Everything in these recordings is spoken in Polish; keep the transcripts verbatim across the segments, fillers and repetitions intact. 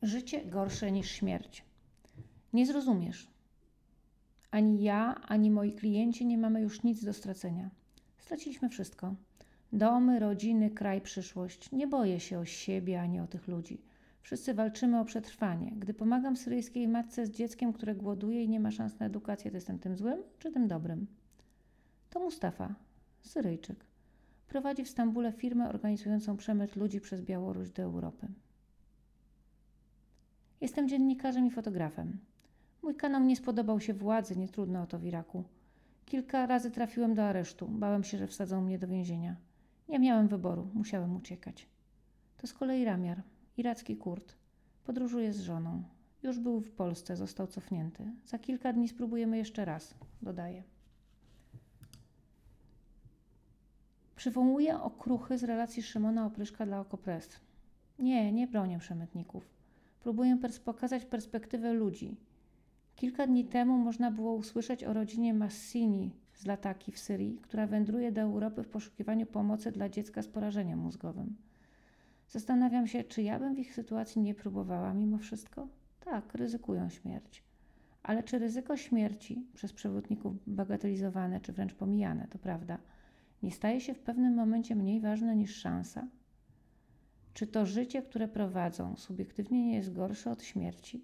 Życie gorsze niż śmierć. Nie zrozumiesz. Ani ja, ani moi klienci nie mamy już nic do stracenia. Straciliśmy wszystko. Domy, rodziny, kraj, przyszłość. Nie boję się o siebie, ani o tych ludzi. Wszyscy walczymy o przetrwanie. Gdy pomagam syryjskiej matce z dzieckiem, które głoduje i nie ma szans na edukację, to jestem tym złym czy tym dobrym? To Mustafa, Syryjczyk. Prowadzi w Stambule firmę organizującą przemyt ludzi przez Białoruś do Europy. Jestem dziennikarzem i fotografem. Mój kanał nie spodobał się władzy, nie trudno o to w Iraku. Kilka razy trafiłem do aresztu. Bałem się, że wsadzą mnie do więzienia. Nie miałem wyboru, musiałem uciekać. To z kolei Ramiar, iracki Kurd. Podróżuje z żoną. Już był w Polsce, został cofnięty. Za kilka dni spróbujemy jeszcze raz, dodaje. Przywołuję okruchy z relacji Szymona Opryszka dla Okopres. Nie, nie bronię przemytników. Próbuję pers- pokazać perspektywę ludzi. Kilka dni temu można było usłyszeć o rodzinie Massini z Lataki w Syrii, która wędruje do Europy w poszukiwaniu pomocy dla dziecka z porażeniem mózgowym. Zastanawiam się, czy ja bym w ich sytuacji nie próbowała mimo wszystko? Tak, ryzykują śmierć. Ale czy ryzyko śmierci przez przewodników bagatelizowane czy wręcz pomijane, to prawda, nie staje się w pewnym momencie mniej ważne niż szansa? Czy to życie, które prowadzą, subiektywnie nie jest gorsze od śmierci?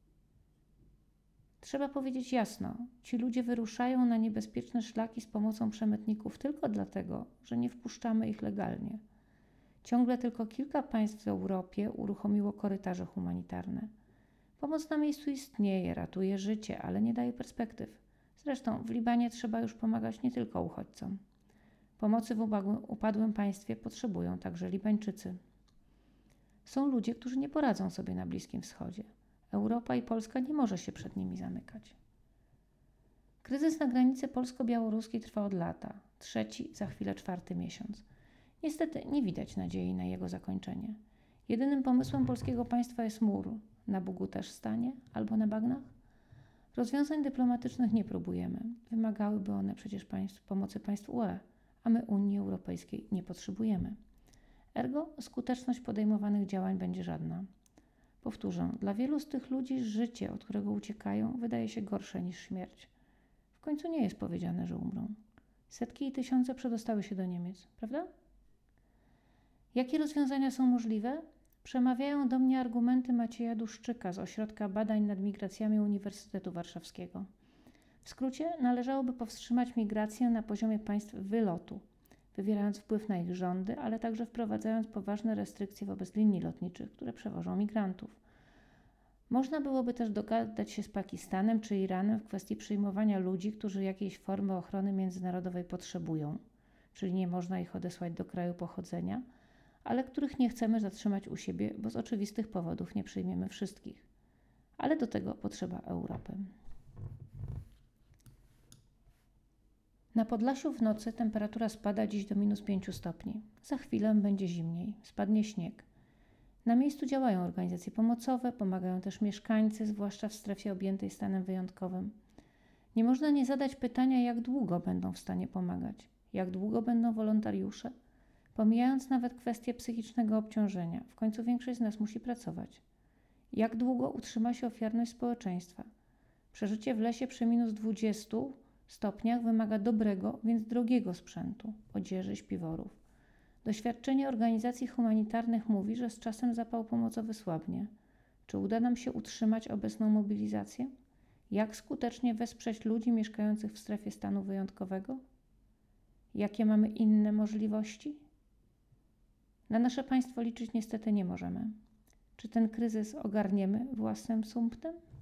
Trzeba powiedzieć jasno, ci ludzie wyruszają na niebezpieczne szlaki z pomocą przemytników tylko dlatego, że nie wpuszczamy ich legalnie. Ciągle tylko kilka państw w Europie uruchomiło korytarze humanitarne. Pomoc na miejscu istnieje, ratuje życie, ale nie daje perspektyw. Zresztą w Libanie trzeba już pomagać nie tylko uchodźcom. Pomocy w upadłym państwie potrzebują także Libańczycy. Są ludzie, którzy nie poradzą sobie na Bliskim Wschodzie. Europa i Polska nie może się przed nimi zamykać. Kryzys na granicy polsko-białoruskiej trwa od lata. Trzeci, za chwilę czwarty miesiąc. Niestety nie widać nadziei na jego zakończenie. Jedynym pomysłem polskiego państwa jest mur. Na Bugu też stanie? Albo na bagnach? Rozwiązań dyplomatycznych nie próbujemy. Wymagałyby one przecież państw, pomocy państw U E, a my Unii Europejskiej nie potrzebujemy. Ergo skuteczność podejmowanych działań będzie żadna. Powtórzę, dla wielu z tych ludzi życie, od którego uciekają, wydaje się gorsze niż śmierć. W końcu nie jest powiedziane, że umrą. Setki i tysiące przedostały się do Niemiec, prawda? Jakie rozwiązania są możliwe? Przemawiają do mnie argumenty Macieja Duszczyka z Ośrodka Badań nad Migracjami Uniwersytetu Warszawskiego. W skrócie należałoby powstrzymać migrację na poziomie państw wylotu, wywierając wpływ na ich rządy, ale także wprowadzając poważne restrykcje wobec linii lotniczych, które przewożą migrantów. Można byłoby też dogadać się z Pakistanem czy Iranem w kwestii przyjmowania ludzi, którzy jakiejś formy ochrony międzynarodowej potrzebują, czyli nie można ich odesłać do kraju pochodzenia, ale których nie chcemy zatrzymać u siebie, bo z oczywistych powodów nie przyjmiemy wszystkich. Ale do tego potrzeba Europy. Na Podlasiu w nocy temperatura spada dziś do minus pięciu stopni. Za chwilę będzie zimniej, spadnie śnieg. Na miejscu działają organizacje pomocowe, pomagają też mieszkańcy, zwłaszcza w strefie objętej stanem wyjątkowym. Nie można nie zadać pytania, jak długo będą w stanie pomagać, jak długo będą wolontariusze, pomijając nawet kwestię psychicznego obciążenia. W końcu większość z nas musi pracować. Jak długo utrzyma się ofiarność społeczeństwa? Przeżycie w lesie przy minus dwudziestu stopniach wymaga dobrego, więc drogiego sprzętu, odzieży, śpiworów. Doświadczenie organizacji humanitarnych mówi, że z czasem zapał pomocowy słabnie. Czy uda nam się utrzymać obecną mobilizację? Jak skutecznie wesprzeć ludzi mieszkających w strefie stanu wyjątkowego? Jakie mamy inne możliwości? Na nasze państwo liczyć niestety nie możemy. Czy ten kryzys ogarniemy własnym sumptem?